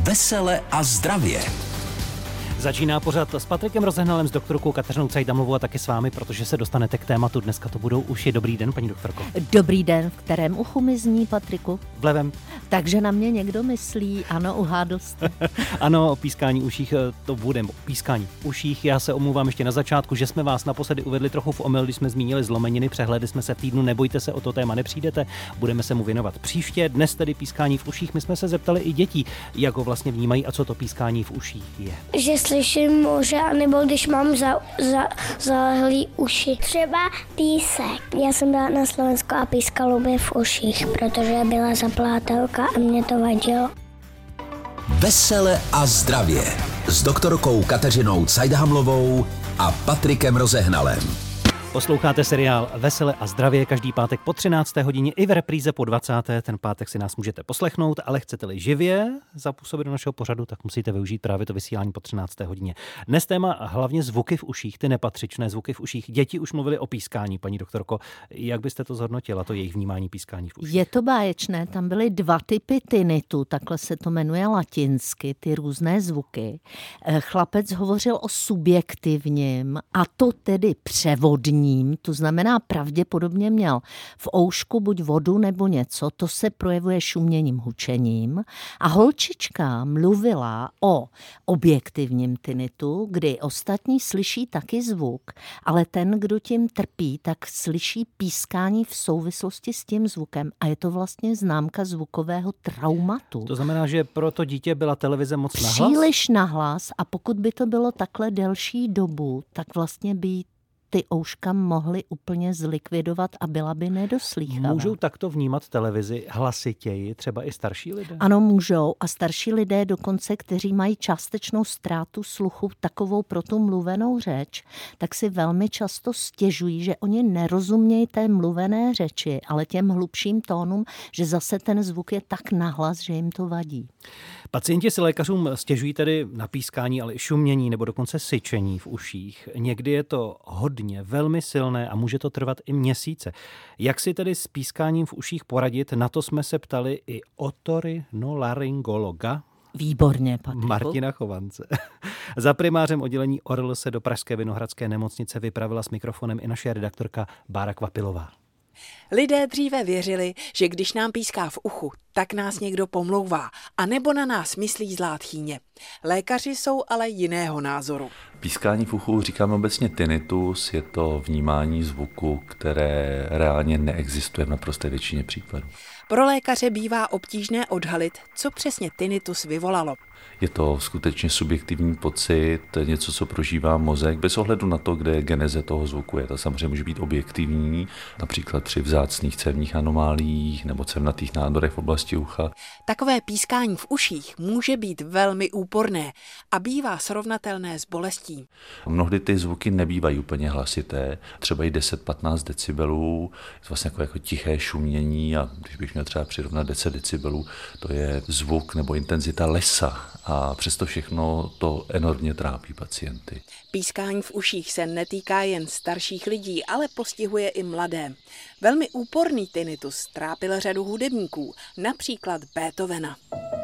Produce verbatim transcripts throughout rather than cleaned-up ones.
Vesele a zdravě. Začíná pořad s Patrikem Rozehnalem, s doktorkou Kateřinou Cajdamlovou a taky s vámi, protože se dostanete k tématu. Dneska to budou uši. Dobrý den, paní doktorko. Dobrý den, v kterém uchu mi zní, Patriku? V levém. Takže na mě někdo myslí, ano, uhádl jste. Ano, o pískání uších to bude, pískání uších. Já se omlouvám ještě na začátku, že jsme vás naposledy uvedli trochu v omyl, když jsme zmínili zlomeniny, přehlédli jsme se v týdnu, nebojte se, o to téma nepřijdete, budeme se mu věnovat příště. Dnes tedy pískání v uších, my jsme se zeptali i dětí, jak ho vlastně vnímají a co to pískání v uších je. Že slyším moře, anebo když mám za, za, zahlý uši. Třeba písek. Já jsem byla na Slovensku a pískalo by v uších, protože byla zaplátelka a mě to vadilo. Vesele a zdravě s doktorkou Kateřinou Cajdamlovou a Patrikem Rozehnalem. Posloucháte seriál Vesele a zdravě každý pátek po třinácté hodině i v repríze po dvacáté Ten pátek si nás můžete poslechnout, ale chcete-li živě zapůsobit do našeho pořadu, tak musíte využít právě to vysílání po třinácté hodině. Dnes téma hlavně zvuky v uších, ty nepatřičné zvuky v uších. Děti už mluvili o pískání, paní doktorko. Jak byste to zhodnotila, to jejich vnímání pískání v uších? Je to báječné, tam byly dva typy tinnitu, takhle se to jmenuje latinsky, ty různé zvuky. Chlapec hovořil o subjektivním a to tedy převodní. To znamená, pravděpodobně měl v oušku buď vodu nebo něco, to se projevuje šuměním, hučením. A holčička mluvila o objektivním tinnitu, kdy ostatní slyší taky zvuk, ale ten, kdo tím trpí, tak slyší pískání v souvislosti s tím zvukem a je to vlastně známka zvukového traumatu. To znamená, že pro to dítě byla televize moc nahlas? Příliš nahlas a pokud by to bylo takhle delší dobu, tak vlastně by ty ouška mohly úplně zlikvidovat a byla by nedoslýchavá. Můžou takto vnímat televizi hlasitěji, třeba i starší lidé? Ano, můžou. A starší lidé dokonce, kteří mají částečnou ztrátu sluchu, takovou pro tu mluvenou řeč, tak si velmi často stěžují, že oni nerozumějí té mluvené řeči, ale těm hlubším tónům, že zase ten zvuk je tak nahlas, že jim to vadí. Pacienti si lékařům stěžují tedy na pískání, ale i šumění nebo dokonce syčení v uších. Někdy je to hodně, velmi silné a může to trvat i měsíce. Jak si tedy s pískáním v uších poradit? Na to jsme se ptali i otorinolaryngologa. Výborně, Patriku. Martina Chovance. Za primářem oddělení O R L se do pražské Vinohradské nemocnice vypravila s mikrofonem i naše redaktorka Bára Kvapilová. Lidé dříve věřili, že když nám píská v uchu, tak nás někdo pomlouvá, anebo na nás myslí zlá tchýně. Lékaři jsou ale jiného názoru. Pískání v uchu říkáme obecně tinnitus, je to vnímání zvuku, které reálně neexistuje v naprosté většině případů. Pro lékaře bývá obtížné odhalit, co přesně tinnitus vyvolalo. Je to skutečně subjektivní pocit, něco, co prožívá mozek, bez ohledu na to, kde geneze toho zvuku je. To samozřejmě může být objektivní, například při vzácných cévních anomáliích nebo cévnatých nádorech v oblasti ucha. Takové pískání v uších může být velmi úporné a bývá srovnatelné s bolestí. Mnohdy ty zvuky nebývají úplně hlasité, třeba i deset patnáct decibelů, je vlastně jako, jako tiché šumění a když bych měl třeba přirovnat deset decibelů, to je zvuk nebo intenzita lesa. A přesto všechno to enormně trápí pacienty. Pískání v uších se netýká jen starších lidí, ale postihuje i mladé. Velmi úporný tinnitus trápil řadu hudebníků, například Beethovena.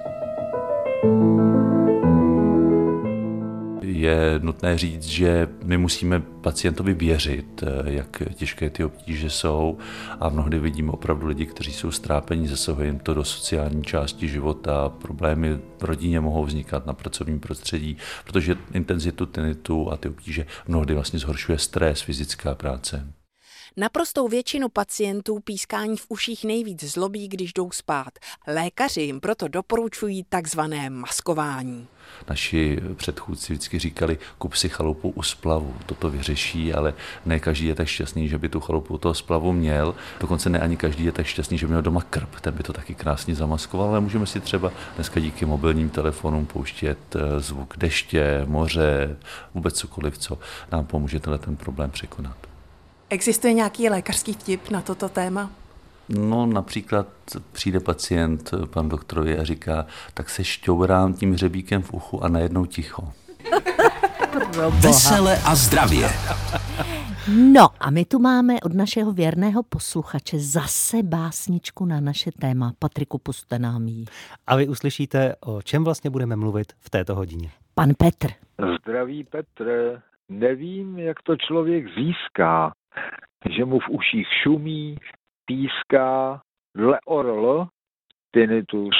Je nutné říct, že my musíme pacientovi věřit, jak těžké ty obtíže jsou a mnohdy vidíme opravdu lidi, kteří jsou ztrápeni, zasahuje jim to do sociální části života, problémy v rodině mohou vznikat na pracovním prostředí, protože intenzitu tinnitu a ty obtíže mnohdy vlastně zhoršuje stres, fyzická práce. Naprostou většinu pacientů pískání v uších nejvíc zlobí, když jdou spát. Lékaři jim proto doporučují takzvané maskování. Naši předchůdci vždycky říkali, kup si chalupu u splavu, toto vyřeší, ale ne každý je tak šťastný, že by tu chalupu u toho splavu měl. Dokonce ne ani každý je tak šťastný, že by měl doma krb, ten by to taky krásně zamaskoval, ale můžeme si třeba dneska díky mobilním telefonům pouštět zvuk deště, moře, vůbec cokoliv, co nám pomůže ten problém překonat. Existuje nějaký lékařský vtip na toto téma? No například přijde pacient pan doktorovi a říká, tak se šťourám tím hřebíkem v uchu a najednou ticho. Vesele a zdravě. No a my tu máme od našeho věrného posluchače zase básničku na naše téma. Patriku, puste nám ji. A vy uslyšíte, o čem vlastně budeme mluvit v této hodině. Pan Petr. Zdraví Petr, nevím, jak to člověk získá, že mu v uších šumí, píská, leorl, tinnitus.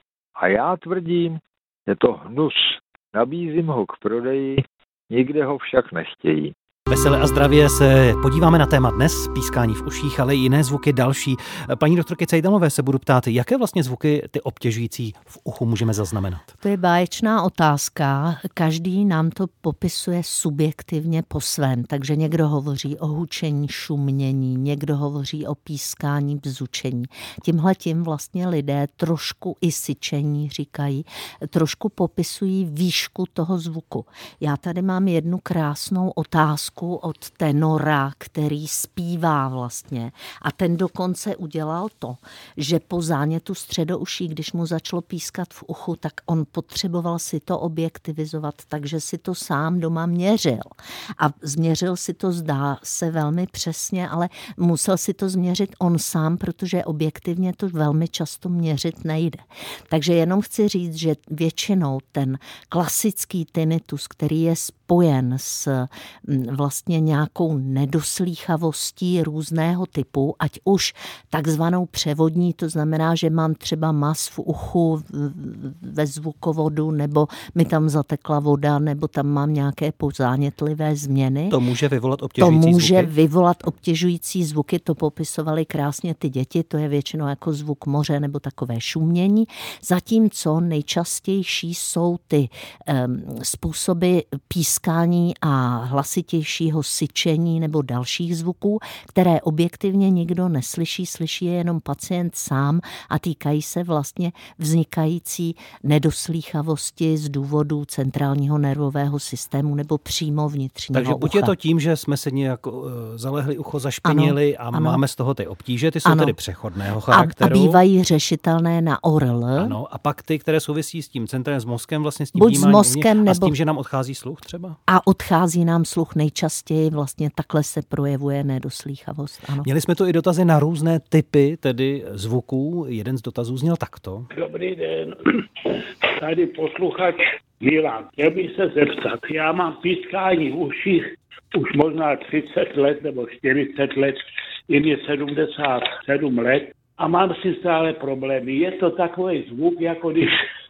A já tvrdím, je to hnus. Nabízím ho k prodeji, nikde ho však nechtějí. Veselé a zdravě se podíváme na téma dnes, pískání v uších, ale i jiné zvuky další. Paní doktorky Cajdamové se budu ptát, jaké vlastně zvuky ty obtěžující v uchu můžeme zaznamenat? To je báječná otázka. Každý nám to popisuje subjektivně po svém. Takže někdo hovoří o hučení, šumění, někdo hovoří o pískání, bzučení. Tímhletím vlastně lidé trošku i syčení říkají, trošku popisují výšku toho zvuku. Já tady mám jednu krásnou otázku od tenora, který zpívá vlastně. A ten dokonce udělal to, že po zánětu středouší, když mu začalo pískat v uchu, tak on potřeboval si to objektivizovat, takže si to sám doma měřil. A změřil si to, zdá se, velmi přesně, ale musel si to změřit on sám, protože objektivně to velmi často měřit nejde. Takže jenom chci říct, že většinou ten klasický tinnitus, který je spojen s vlastně nějakou nedoslýchavostí různého typu, ať už takzvanou převodní, to znamená, že mám třeba mas v uchu ve zvukovodu, nebo mi tam zatekla voda, nebo tam mám nějaké pozánětlivé změny. To může vyvolat obtěžující zvuky? To může zvuky? vyvolat obtěžující zvuky, to popisovali krásně ty děti, to je většinou jako zvuk moře nebo takové šumění. Zatímco nejčastější jsou ty um, způsoby pískání a hlasitějšího syčení nebo dalších zvuků, které objektivně nikdo neslyší, slyší je jenom pacient sám a týkají se vlastně vznikající nedoslýchavosti z důvodu centrálního nervového systému nebo přímo vnitřního Takže buď ucha. je to tím, že jsme se nějak uh, zalehli ucho, zašpinili ano, a ano. máme z toho ty obtíže, ty jsou ano. tedy přechodného charakteru. A, a bývají řešitelné na orl. Ano, a pak ty, které souvisí s tím centrem, s mozkem, vlastně s tím Buď s mozkem, uvnitř, nebo... a s tím, že nám odchází sluch třeba? A odchází nám sluch nejčastěji, vlastně takhle se projevuje nedoslýchavost. Ano. Měli jsme tu i dotazy na různé typy, tedy zvuků. Jeden z dotazů zněl takto. Dobrý den, tady posluchač Milan. Chtěl bych se zeptat, já mám pískání v uších už možná třicet let nebo čtyřicet let, jim je sedmdesát sedm let a mám si stále problémy. Je to takový zvuk, jako když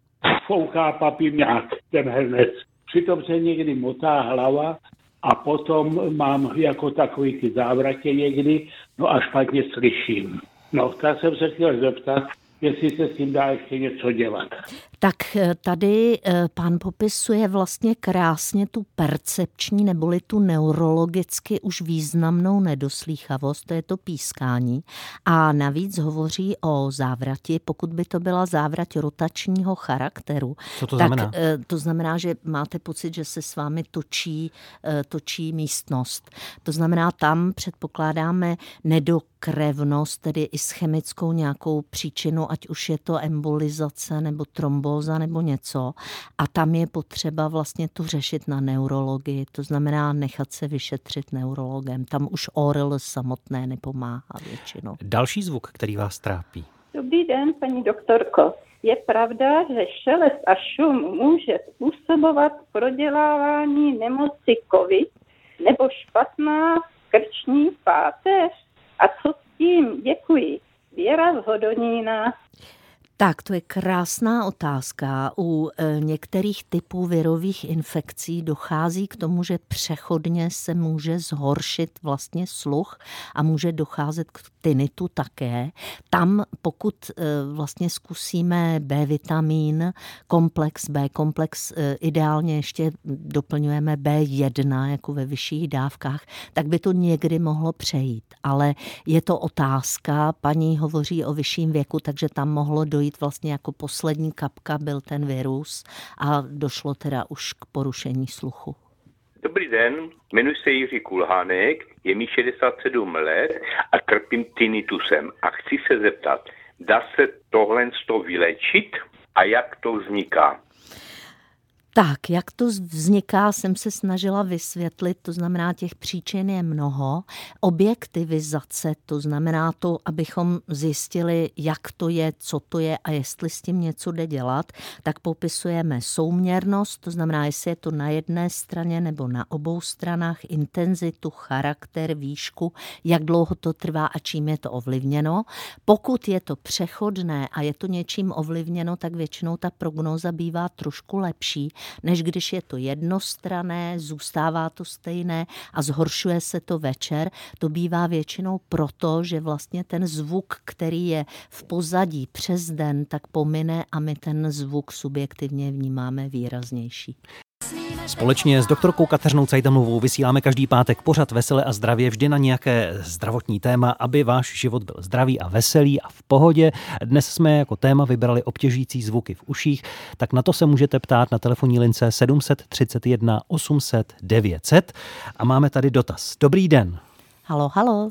fouká papíňák, ten hrnec. Přitom se někdy motá hlava a potom mám jako takový ty závratě někdy, no a špatně slyším. No, tak jsem se chtěl zeptat, jestli se s tím dá ještě něco dělat. Tak tady pán popisuje vlastně krásně tu percepční neboli tu neurologicky už významnou nedoslýchavost, to je to pískání. A navíc hovoří o závrati, pokud by to byla závrať rotačního charakteru. Co to tak znamená? To znamená, že máte pocit, že se s vámi točí, točí místnost. To znamená, tam předpokládáme nedokrevnost, tedy i s chemickou nějakou příčinou, ať už je to embolizace nebo trombóza nebo něco. A tam je potřeba vlastně to řešit na neurologii. To znamená nechat se vyšetřit neurologem. Tam už orl samotné nepomáhá většinou. Další zvuk, který vás trápí. Dobrý den, paní doktorko. Je pravda, že šelest a šum může způsobovat prodělávání nemoci COVID nebo špatná krční páteř? A co s tím? Děkuji. Věra z Hodonína. Tak, to je krásná otázka. U e, některých typů virových infekcí dochází k tomu, že přechodně se může zhoršit vlastně sluch a může docházet k tinnitu také. Tam, pokud e, vlastně zkusíme B vitamín, komplex B, komplex e, ideálně ještě doplňujeme bé jedna jako ve vyšších dávkách, tak by to někdy mohlo přejít. Ale je to otázka, paní hovoří o vyšším věku, takže tam mohlo dojít vlastně jako poslední kapka byl ten virus a došlo teda už k porušení sluchu. Dobrý den, jmenuji se Jiří Kulhánek, je mi šedesát sedm let a trpím tinnitusem a chci se zeptat, dá se tohle vylečit a jak to vzniká? Tak, jak to vzniká, jsem se snažila vysvětlit, to znamená, těch příčin je mnoho. Objektivizace, to znamená to, abychom zjistili, jak to je, co to je a jestli s tím něco jde dělat, tak popisujeme souměrnost, to znamená, jestli je to na jedné straně nebo na obou stranách, intenzitu, charakter, výšku, jak dlouho to trvá a čím je to ovlivněno. Pokud je to přechodné a je to něčím ovlivněno, tak většinou ta prognóza bývá trošku lepší, než když je to jednostranné, zůstává to stejné a zhoršuje se to večer. To bývá většinou proto, že vlastně ten zvuk, který je v pozadí přes den, tak pomine a my ten zvuk subjektivně vnímáme výraznější. Společně s doktorkou Kateřinou Cajdhamlovou vysíláme každý pátek pořad Vesele a zdravě vždy na nějaké zdravotní téma, aby váš život byl zdravý a veselý a v pohodě. Dnes jsme jako téma vybrali obtěžující zvuky v uších, tak na to se můžete ptát na telefonní lince sedm tři jedna osm set devět set a máme tady dotaz. Dobrý den. Halo, halo.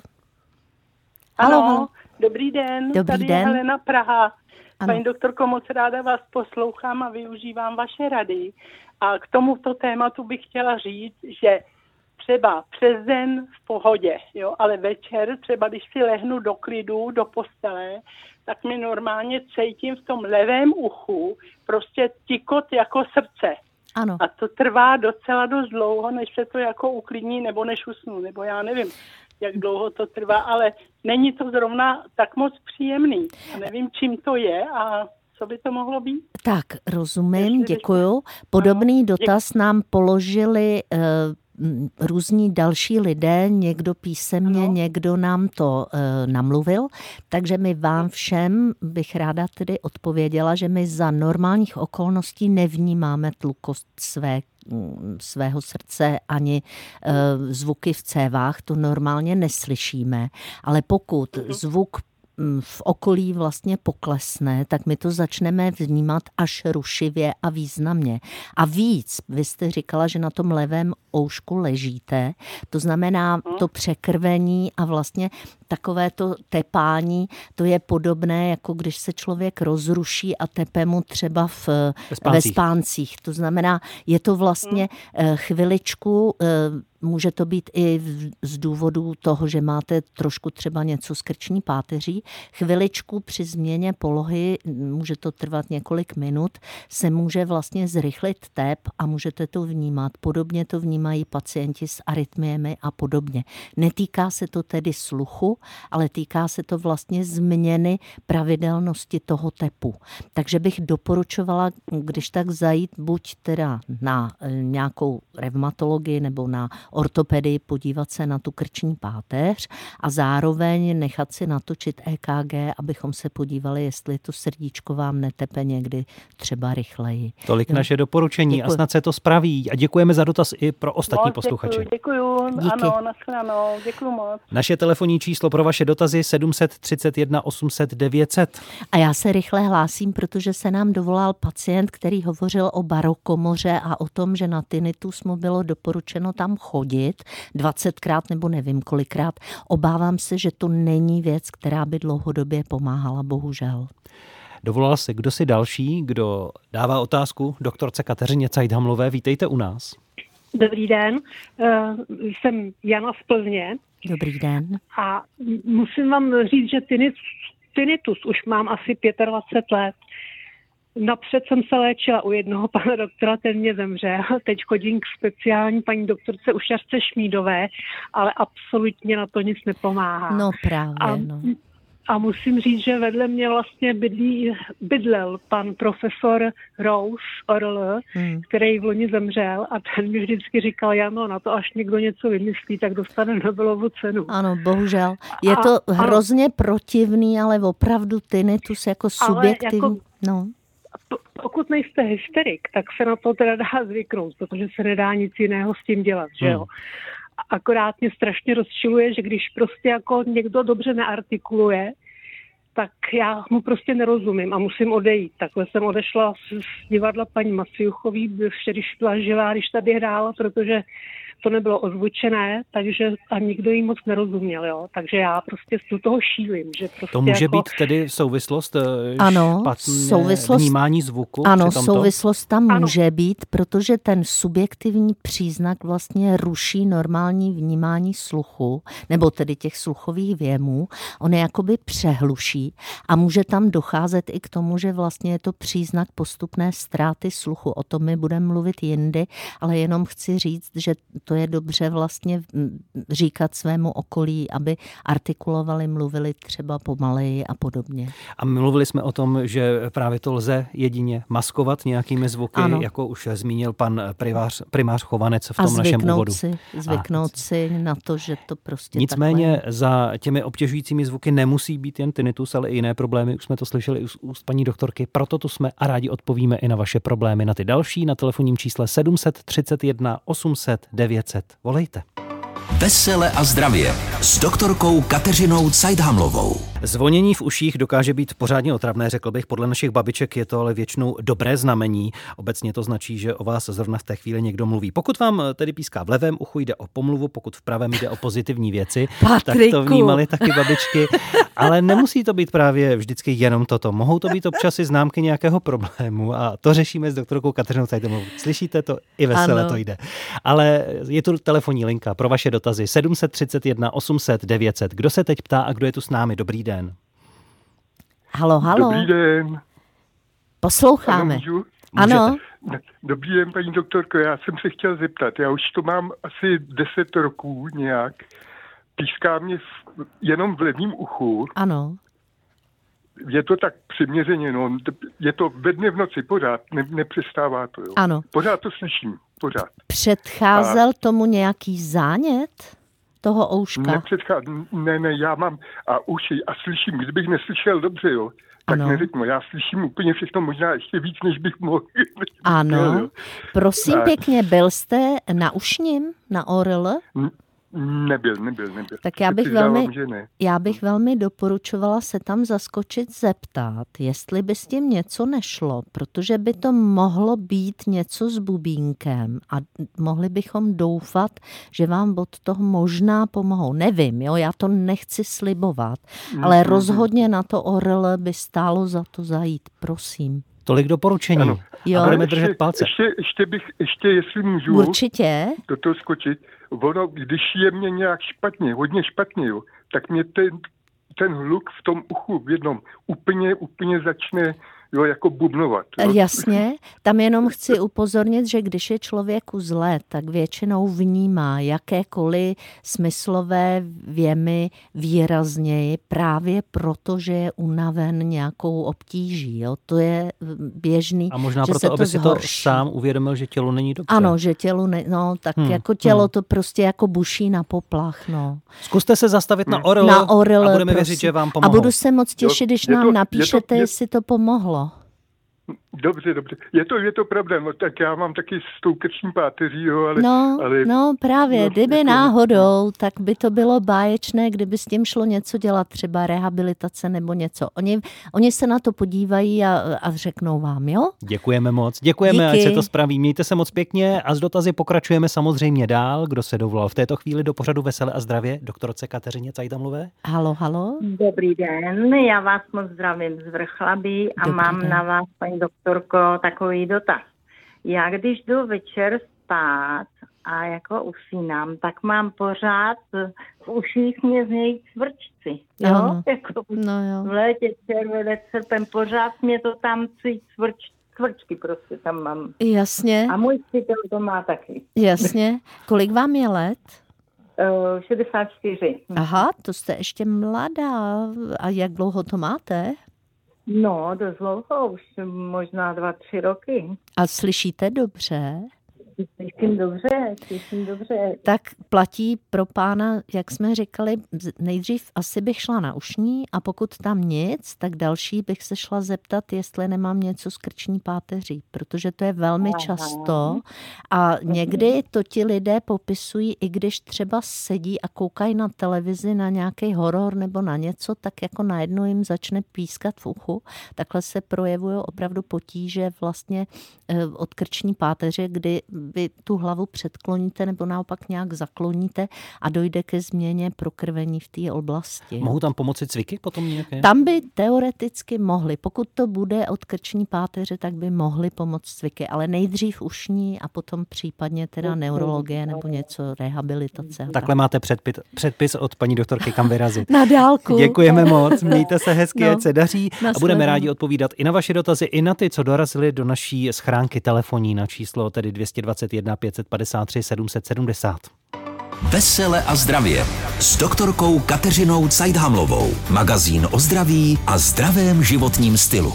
Halo, halo. Dobrý den. Dobrý tady den. je Helena Praha. Ano. Paní doktorko, moc ráda vás poslouchám a využívám vaše rady. A k tomuto tématu bych chtěla říct, že třeba přes den v pohodě, jo, ale večer, třeba když si lehnu do klidu, do postele, tak mi normálně cítím v tom levém uchu prostě tikot jako srdce. Ano. A to trvá docela dost dlouho, než se to jako uklidní, nebo než usnu, nebo já nevím, jak dlouho to trvá, ale není to zrovna tak moc příjemný. A nevím, čím to je a co by to mohlo být. Tak, rozumím, děkuju. Podobný dotaz nám položili uh, různí další lidé, někdo písemně, ano. Někdo nám to uh, namluvil, takže my vám všem bych ráda tedy odpověděla, že my za normálních okolností nevnímáme tlukost své svého srdce ani uh, zvuky v cévách, to normálně neslyšíme, ale pokud uh-huh. zvuk v okolí vlastně poklesne, tak my to začneme vnímat až rušivě a významně. A víc, vy jste říkala, že na tom levém oušku ležíte, to znamená to překrvení a vlastně takové to tepání, to je podobné, jako když se člověk rozruší a tepe mu třeba v, ve, spáncích. ve spáncích. To znamená, je to vlastně chviličku, může to být i z důvodu toho, že máte trošku třeba něco z krční páteří. Chviličku při změně polohy, může to trvat několik minut, se může vlastně zrychlit tep a můžete to vnímat. Podobně to vnímají pacienti s arytmiemi a podobně. Netýká se to tedy sluchu, ale týká se to vlastně změny pravidelnosti toho tepu. Takže bych doporučovala, když tak zajít buď teda na nějakou revmatologii nebo na ortopedii, podívat se na tu krční páteř a zároveň nechat si natočit é ká gé, abychom se podívali, jestli to srdíčko vám netepe někdy třeba rychleji. Tolik jo. Naše doporučení. Děkuji. A snad se to spraví. A děkujeme za dotaz i pro ostatní moc posluchače. Děkuji, děkuji. Ano, nashledanou. Děkuji moc. Naše telefonní číslo pro vaše dotazy sedm tři jedna osm set devět set. A já se rychle hlásím, protože se nám dovolal pacient, který hovořil o barokomoře a o tom, že na tinnitus mu bylo doporučeno tam chodit dvacetkrát nebo nevím kolikrát. Obávám se, že to není věc, která by dlouhodobě pomáhala, bohužel. Dovolal se kdo si další, kdo dává otázku doktorce Kateřině Cajdhamlové. Vítejte u nás. Dobrý den, jsem Jana z Plzně. Dobrý den. A musím vám říct, že tinnitus už mám asi dvacet pět let. Napřed jsem se léčila u jednoho pana doktora, ten mě zemřel. Teď chodím k speciální paní doktorce Ušařce Šmídové, ale absolutně na to nic nepomáhá. No právě, a, no. A musím říct, že vedle mě vlastně bydlí, bydlel pan profesor Rose Orl, hmm. který v loni zemřel a ten mi vždycky říkal, Jano, na to až někdo něco vymyslí, tak dostane Nobelovu cenu. Ano, bohužel. Je to a, hrozně ano. protivný, ale opravdu tinnitus jako subjektivní. Jako, no. Pokud nejste hysterik, tak se na to teda dá zvyknout, protože se nedá nic jiného s tím dělat, že jo. Hmm. Akorát mě strašně rozčiluje, že když prostě jako někdo dobře neartikuluje, tak já mu prostě nerozumím a musím odejít. Takhle jsem odešla z divadla paní Maciuchový, když byla živá, když tady hrála, protože to nebylo ozvučené, takže a nikdo jí moc nerozuměl, jo. Takže já prostě z toho šílím, že prostě to může jako... být tedy souvislost ano, špatné souvislost, vnímání zvuku? Ano, souvislost tam ano. může být, protože ten subjektivní příznak vlastně ruší normální vnímání sluchu, nebo tedy těch sluchových věmů. On je jakoby přehluší a může tam docházet i k tomu, že vlastně je to příznak postupné ztráty sluchu. O tom my budeme mluvit jindy, ale jenom chci říct, že to je dobře vlastně říkat svému okolí, aby artikulovali, mluvili třeba pomaleji a podobně. A mluvili jsme o tom, že právě to lze jedině maskovat nějakými zvuky, ano. jako už zmínil pan primář, primář Chovanec v tom našem úvodu. Si, zvyknout a si na to, že to prostě nicméně takhle... za těmi obtěžujícími zvuky nemusí být jen tinnitus, ale i jiné problémy. Už jsme to slyšeli i úst paní doktorky, proto tu jsme a rádi odpovíme i na vaše problémy, na ty další, na telefonním čísle sedm set třicet jedna osm set devět set. Volejte. Vesele a zdravě s doktorkou Kateřinou Cajdhamlovou. Zvonění v uších dokáže být pořádně otravné, řekl bych. Podle našich babiček je to ale většinou dobré znamení. Obecně to značí, že o vás zrovna v té chvíli někdo mluví. Pokud vám tedy píská v levém uchu, jde o pomluvu, pokud v pravém jde o pozitivní věci, Patriku. Tak to vnímali taky babičky. Ale nemusí to být právě vždycky jenom toto. Mohou to být občas i známky nějakého problému a to řešíme s doktorkou Kateřinou Cajdhamlovou. Slyšíte to? I vesele ano. To jde. Ale je tu telefonní linka pro vaše dotazy sedm set třicet jedna osm set devět set. Kdo se teď ptá a kdo je tu s námi? Dobrý den. Halo, halo. Dobrý den. Posloucháme. Ano, ano. Dobrý den, paní doktorko, já jsem se chtěl zeptat. Já už to mám asi deset roků nějak. Píská mě v, jenom v levém uchu. Ano. Je to tak přiměřeně, no. Je to ve dne v noci pořád, ne, nepřestává to. Jo. Ano. Pořád to slyším, pořád. Předcházel a... tomu nějaký zánět toho ouška? Nepředcházel, ne, ne, já mám a uši a slyším, kdybych neslyšel dobře, jo, tak ano. neřeknu, já slyším úplně všechno, možná ještě víc, než bych mohl. Ano, jo. Prosím a... pěkně, byl jste na ušním, na O R L? Nebyl, nebyl, nebyl. Tak já bych, Přizdávám, velmi, ne. já bych velmi doporučovala se tam zaskočit, zeptat, jestli by s tím něco nešlo, protože by to mohlo být něco s bubínkem a mohli bychom doufat, že vám od toho možná pomohou. Nevím, jo, já to nechci slibovat, ale rozhodně na to O R L by stálo za to zajít, prosím. Tolik doporučení. Ano. Jo. A budeme držet palce. Ještě, ještě bych, ještě jestli můžu. Určitě. Do toho skočit. Ono, když je mě nějak špatně, hodně špatně, jo, tak mě ten, ten hluk v tom uchu v jednom úplně, úplně začne jo, jako bubnovat. Jo. Jasně, tam jenom chci upozornit, že když je člověku zlé, tak většinou vnímá jakékoliv smyslové věmy výrazněji právě proto, že je unaven nějakou obtíží. Jo. To je běžný. A možná že proto, to aby si zhorší. to sám uvědomil, že tělo není dobře. Ano, že tělo, ne, no tak hmm. jako tělo hmm. to prostě jako buší na poplach. No. Zkuste se zastavit na O R L, na O R L a budeme prosím. věřit, že vám pomohou. A budu se moc těšit, když je nám to, napíšete, je to, je... jestli to pomohlo. Dobře, dobře. Je to, je to pravda, no, tak já mám taky s tou krční páteří, jo, ale... No, ale, no právě, no, kdyby jako, náhodou, tak by to bylo báječné, kdyby s tím šlo něco dělat, třeba rehabilitace nebo něco. Oni, oni se na to podívají a, a řeknou vám, jo? Děkujeme moc, děkujeme, Díky. ať se to spraví. Mějte se moc pěkně a s dotazy pokračujeme samozřejmě dál. Kdo se dovolal v této chvíli do pořadu Vesele a zdravě? Doktorce Kateřině Cajdhamlové. Halo, halo. Dobrý den, já vás moc zdravím z Vrchlabí a Dobrý mám den. na vás, paní doktorko, takový dotaz. Já když jdu večer spát a jako usínám, tak mám pořád v uších mě znějí cvrčci. Jo? Ano. Jako No jo. v létě, červenec, srpen, pořád mě to tam cvičí cvrč, cvrčky prostě tam mám. Jasně, A můj přítel to má taky. jasně. Kolik vám je let? Uh, šedesát čtyři. Aha, to jste ještě mladá. A jak dlouho to máte? No, dost dlouho, už možná dva, tři roky. A slyšíte dobře? Slyším dobře, slyším dobře. Tak platí pro pána, jak jsme říkali, nejdřív asi bych šla na ušní a pokud tam nic, tak další bych se šla zeptat, jestli nemám něco s krční páteří, protože to je velmi Aha. často a někdy to ti lidé popisují, i když třeba sedí a koukají na televizi na nějaký horor nebo na něco, tak jako najednou jim začne pískat v uchu. Takhle se projevují opravdu potíže vlastně od krční páteře, kdy vy tu tu hlavu předkloníte nebo naopak nějak zakloníte a dojde ke změně prokrvení v té oblasti. Mohou tam pomoci cviky potom nějaké? Tam by teoreticky mohly. Pokud to bude od krční páteře, tak by mohly pomoct cviky, ale nejdřív ušní a potom případně teda neurologie nebo něco, rehabilitace. Takhle máte předpis, předpis od paní doktorky, kam vyrazit. Na dálku. Děkujeme moc, mějte se hezky, no, ať se daří a budeme rádi odpovídat i na vaše dotazy, i na ty, co dorazili do naší schránky telefonní na číslo tedy dvě stě dvacet jedna pět set padesát tři sedm set sedmdesát. Vesele a zdravě s doktorkou Kateřinou Cajdhamlovou. Magazín o zdraví a zdravém životním stylu.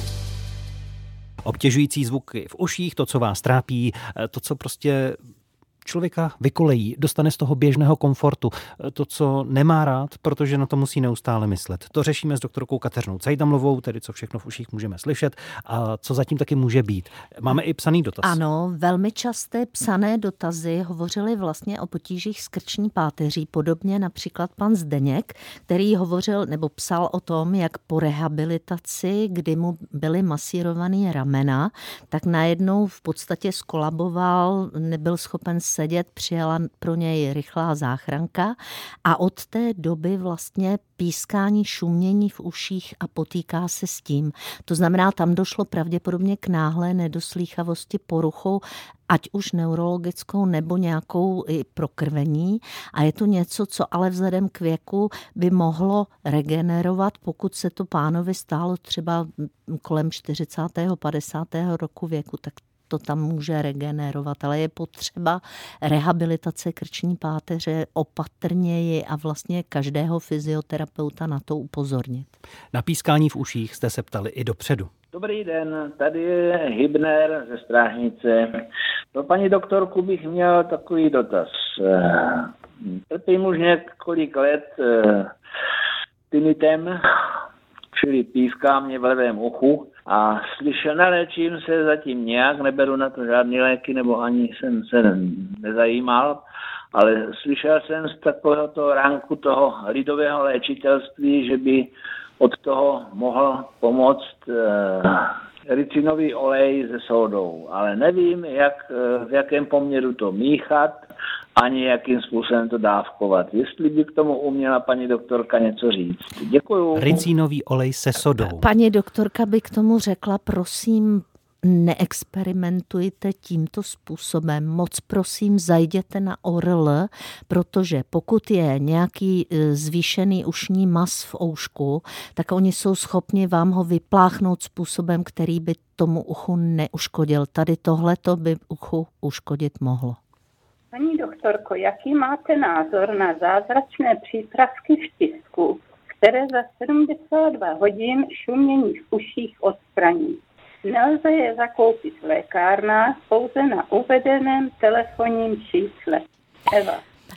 Obtěžující zvuky v uších, to, co vás trápí, to, co prostě člověka vykolejí, dostane z toho běžného komfortu, to, co nemá rád, protože na to musí neustále myslet. To řešíme s doktorkou Kateřinou Cajdhamlovou, tedy co všechno v uších můžeme slyšet a co zatím taky může být. Máme i psaný dotaz. Ano, velmi časté psané dotazy hovořily vlastně o potížích s krční páteří, podobně například pan Zdeněk, který hovořil nebo psal o tom, jak po rehabilitaci, kdy mu byly masírovaný ramena, tak najednou v podstatě skolaboval, nebyl schopen sedět, přijela pro něj rychlá záchranka a od té doby vlastně pískání, šumění v uších a potýká se s tím. To znamená, tam došlo pravděpodobně k náhlé nedoslýchavosti, poruchou, ať už neurologickou nebo nějakou i prokrvení a je to něco, co ale vzhledem k věku by mohlo regenerovat, pokud se to pánovi stálo třeba kolem čtyřicátého padesátého roku věku, tak to tam může regenerovat, ale je potřeba rehabilitace krční páteře opatrněji a vlastně každého fyzioterapeuta na to upozornit. Na pískání v uších jste se ptali i dopředu. Dobrý den, tady je Hybner ze Strážnice. Pro paní doktorku bych měl takový dotaz. Trpím už několik let tinnitem, čili píská mě v levém uchu a slyšel, neléčím se zatím nějak, neberu na to žádné léky, nebo ani jsem se nezajímal, ale slyšel jsem z takového toho ránku toho lidového léčitelství, že by od toho mohl pomoct e, ricinový olej se sódou, ale nevím, jak, v jakém poměru to míchat, ani jakým způsobem to dávkovat. Jestli by k tomu uměla paní doktorka něco říct. Děkuju. Ricinový olej se sodou. Paní doktorka by k tomu řekla, prosím, neexperimentujte tímto způsobem. Moc prosím, zajděte na O R L, protože pokud je nějaký zvýšený ušní mas v oušku, tak oni jsou schopni vám ho vypláchnout způsobem, který by tomu uchu neuškodil. Tady tohleto by uchu uškodit mohlo. Paní doktorko, jaký máte názor na zázračné přípravky v tisku, které za sedmdesát dva hodin šumění v uších odstraní? Nelze je zakoupit v lékárnách, pouze na uvedeném telefonním čísle. Eva.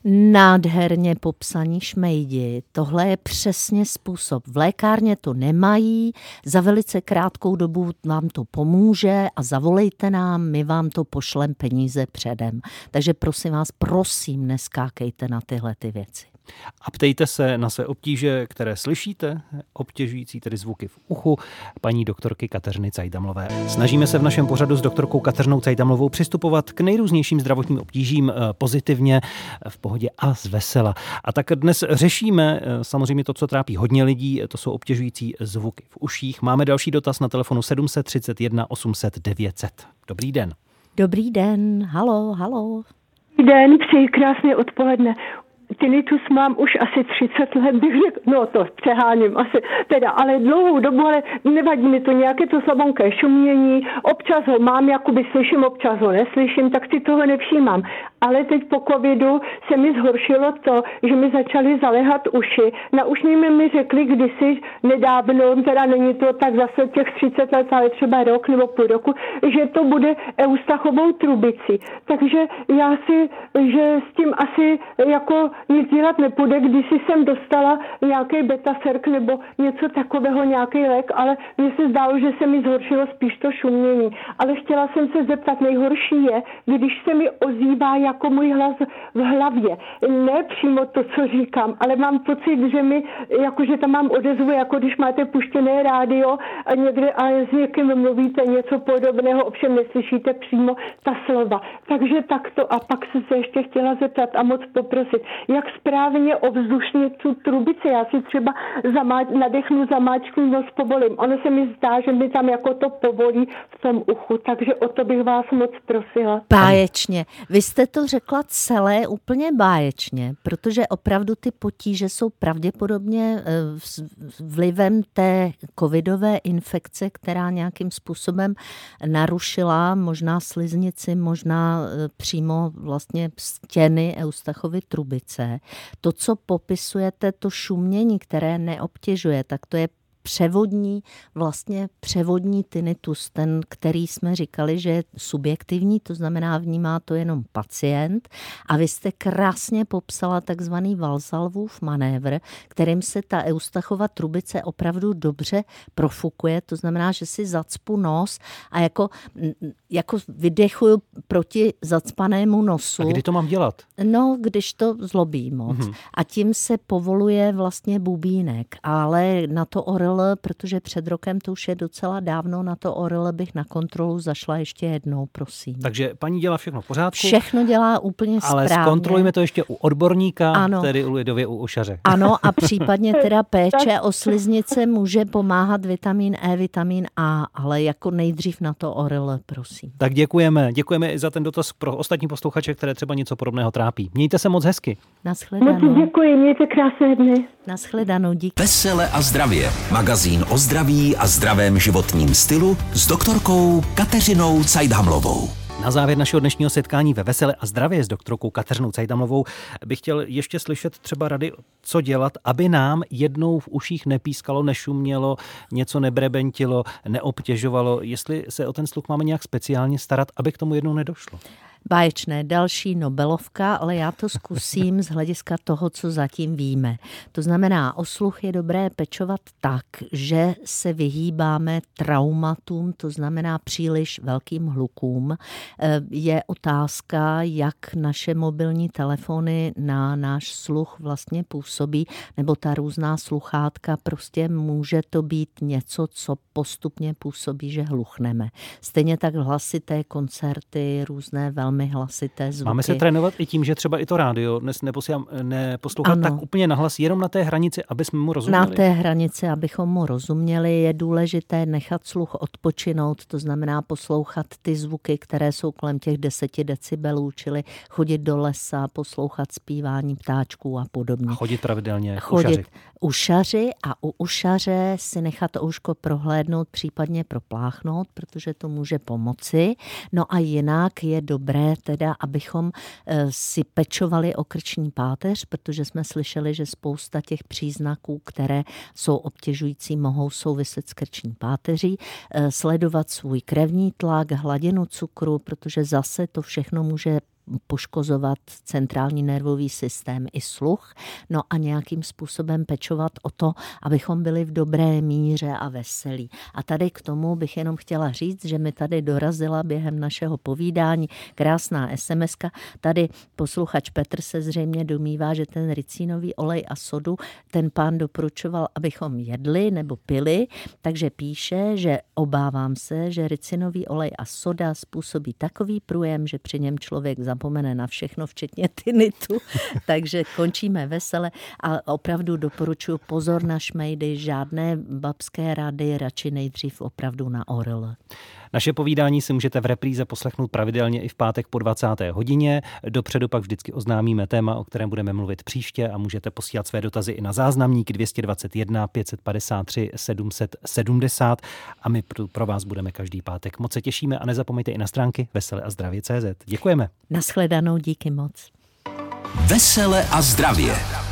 Nádherně popsaní šmejdi. Tohle je přesně způsob. V lékárně to nemají, za velice krátkou dobu vám to pomůže a zavolejte nám, my vám to pošlem peníze předem. Takže prosím vás, prosím, neskákejte na tyhle ty věci. A ptejte se na své obtíže, které slyšíte, obtěžující tedy zvuky v uchu, paní doktorky Kateřiny Cajdhamlové. Snažíme se v našem pořadu s doktorkou Kateřinou Cajdhamlovou přistupovat k nejrůznějším zdravotním obtížím pozitivně, v pohodě a zvesela. A tak dnes řešíme samozřejmě to, co trápí hodně lidí, to jsou obtěžující zvuky v uších. Máme další dotaz na telefonu sedm set třicet jedna osm set devět set. Dobrý den. Dobrý den, halo, halo. Dobrý den, přeji krásné odpoledne. Tinnitus mám už asi třicet let, bych řekl, no to přeháním asi, teda, ale dlouhou dobu, ale nevadí mi to nějaké to slabonké šumění, občas ho mám, jakoby slyším, občas ho neslyším, tak si toho nevšímám. Ale teď po covidu se mi zhoršilo to, že mi začaly zaléhat uši. Na ušním mi řekli kdysi nedávno, teda není to tak zase těch třicet let, ale třeba rok nebo půl roku, že to bude eustachovou trubicí. Takže já si, že s tím asi jako nic dělat nepůjde, když jsem dostala nějaký betaserk nebo něco takového, nějaký lék, ale mně se zdálo, že se mi zhoršilo spíš to šumění. Ale chtěla jsem se zeptat, nejhorší je, když se mi ozývá jako můj hlas v hlavě. Ne přímo to, co říkám, ale mám pocit, že mi, jakože tam mám odezvu, jako když máte puštěné rádio a někde a s někým mluvíte něco podobného, ovšem neslyšíte přímo ta slova. Takže takto. A pak jsem se ještě chtěla zeptat a moc poprosit, jak správně ovzdušnit tu trubici. Já si třeba zamá, nadechnu, zamáčknu nos, povolím. Ono se mi zdá, že mi tam jako to povolí v tom uchu, takže o to bych vás moc prosila. Báječně. Vy jste to řekla celé úplně báječně, protože opravdu ty potíže jsou pravděpodobně vlivem té covidové infekce, která nějakým způsobem narušila možná sliznici, možná přímo vlastně stěny Eustachovy trubice. To, co popisujete, to šumění, které neobtěžuje, tak to je převodní, vlastně převodní tinnitus, ten, který jsme říkali, že je subjektivní, to znamená vnímá to jenom pacient a vy jste krásně popsala takzvaný Valsalvův manévr, kterým se ta Eustachova trubice opravdu dobře profukuje, to znamená, že si zacpu nos a jako, jako vydechuju proti zacpanému nosu. A kdy to mám dělat? No, když to zlobí moc. Mm-hmm. A tím se povoluje vlastně bubínek, ale na to orel, protože před rokem, to už je docela dávno, na to orel bych na kontrolu zašla ještě jednou, prosím. Takže paní dělá všechno v pořádku? Všechno dělá úplně ale správně. Ale zkontrolujeme to ještě u odborníka, ano. Tedy u lidově u ošaře. Ano a případně teda péče o sliznice může pomáhat vitamin E, vitamin A, ale jako nejdřív na to orel, prosím. Tak děkujeme. Děkujeme i za ten dotaz pro ostatní posluchače, které třeba něco podobného trápí. Mějte se moc hezky. Nashledanou. Moc děkuji, mějte krásné dny. Nashledanou, díky. Vesele a zdravě. Magazín o zdraví a zdravém životním stylu s doktorkou Kateřinou Cajdhamlovou. Na závěr našeho dnešního setkání ve Vesele a zdravě s doktorkou Kateřinou Cajdhamlovou bych chtěl ještě slyšet třeba rady, co dělat, aby nám jednou v uších nepískalo, nešumělo, něco nebrebentilo, neobtěžovalo. Jestli se o ten sluch máme nějak speciálně starat, aby k tomu jednou nedošlo. Báječné, další Nobelovka, ale já to zkusím z hlediska toho, co zatím víme. To znamená, o sluch je dobré pečovat tak, že se vyhýbáme traumatům, to znamená příliš velkým hlukům. Je otázka, jak naše mobilní telefony na náš sluch vlastně působí, nebo ta různá sluchátka, prostě může to být něco, co postupně působí, že hluchneme. Stejně tak hlasité koncerty, různé velmi velmi hlasité zvuky. Máme se trénovat i tím, že třeba i to rádio dnes neposlouchat ano. tak úplně nahlas, jenom na té hranici, aby jsme mu rozuměli. Na té hranici, abychom mu rozuměli, je důležité nechat sluch odpočinout, to znamená poslouchat ty zvuky, které jsou kolem těch deseti decibelů, čili chodit do lesa, poslouchat zpívání ptáčků a podobně. A chodit pravidelně k chodit ušaři. ušaři a u ušaře si nechat ouško prohlédnout, případně propláchnout, protože to může pomoci. No a jinak je dobré teda, abychom si pečovali o krční páteř, protože jsme slyšeli, že spousta těch příznaků, které jsou obtěžující, mohou souviset s krční páteří. Sledovat svůj krevní tlak, hladinu cukru, protože zase to všechno může poškozovat centrální nervový systém i sluch, no a nějakým způsobem pečovat o to, abychom byli v dobré míře a veselí. A tady k tomu bych jenom chtěla říct, že mi tady dorazila během našeho povídání krásná esemeska. Tady posluchač Petr se zřejmě domývá, že ten ricínový olej a sodu ten pán doporučoval, abychom jedli nebo pili, takže píše, že obávám se, že ricinový olej a soda způsobí takový průjem, že při něm člověk zapomene na všechno, včetně tinnitu. Takže končíme vesele a opravdu doporučuji pozor na šmejdy, žádné babské rady, radši nejdřív opravdu na orel. Naše povídání si můžete v repríze poslechnout pravidelně i v pátek po dvacáté hodině. Dopředu pak vždycky oznámíme téma, o kterém budeme mluvit příště a můžete posílat své dotazy i na záznamník dvě stě dvacet jedna pět set padesát tři sedm set sedmdesát a my pro vás budeme každý pátek. Moc se těšíme a nezapomeňte i na stránky vesele a zdravě tečka cé zet. Děkujeme. Nashledanou, díky moc. Vesele a zdravě.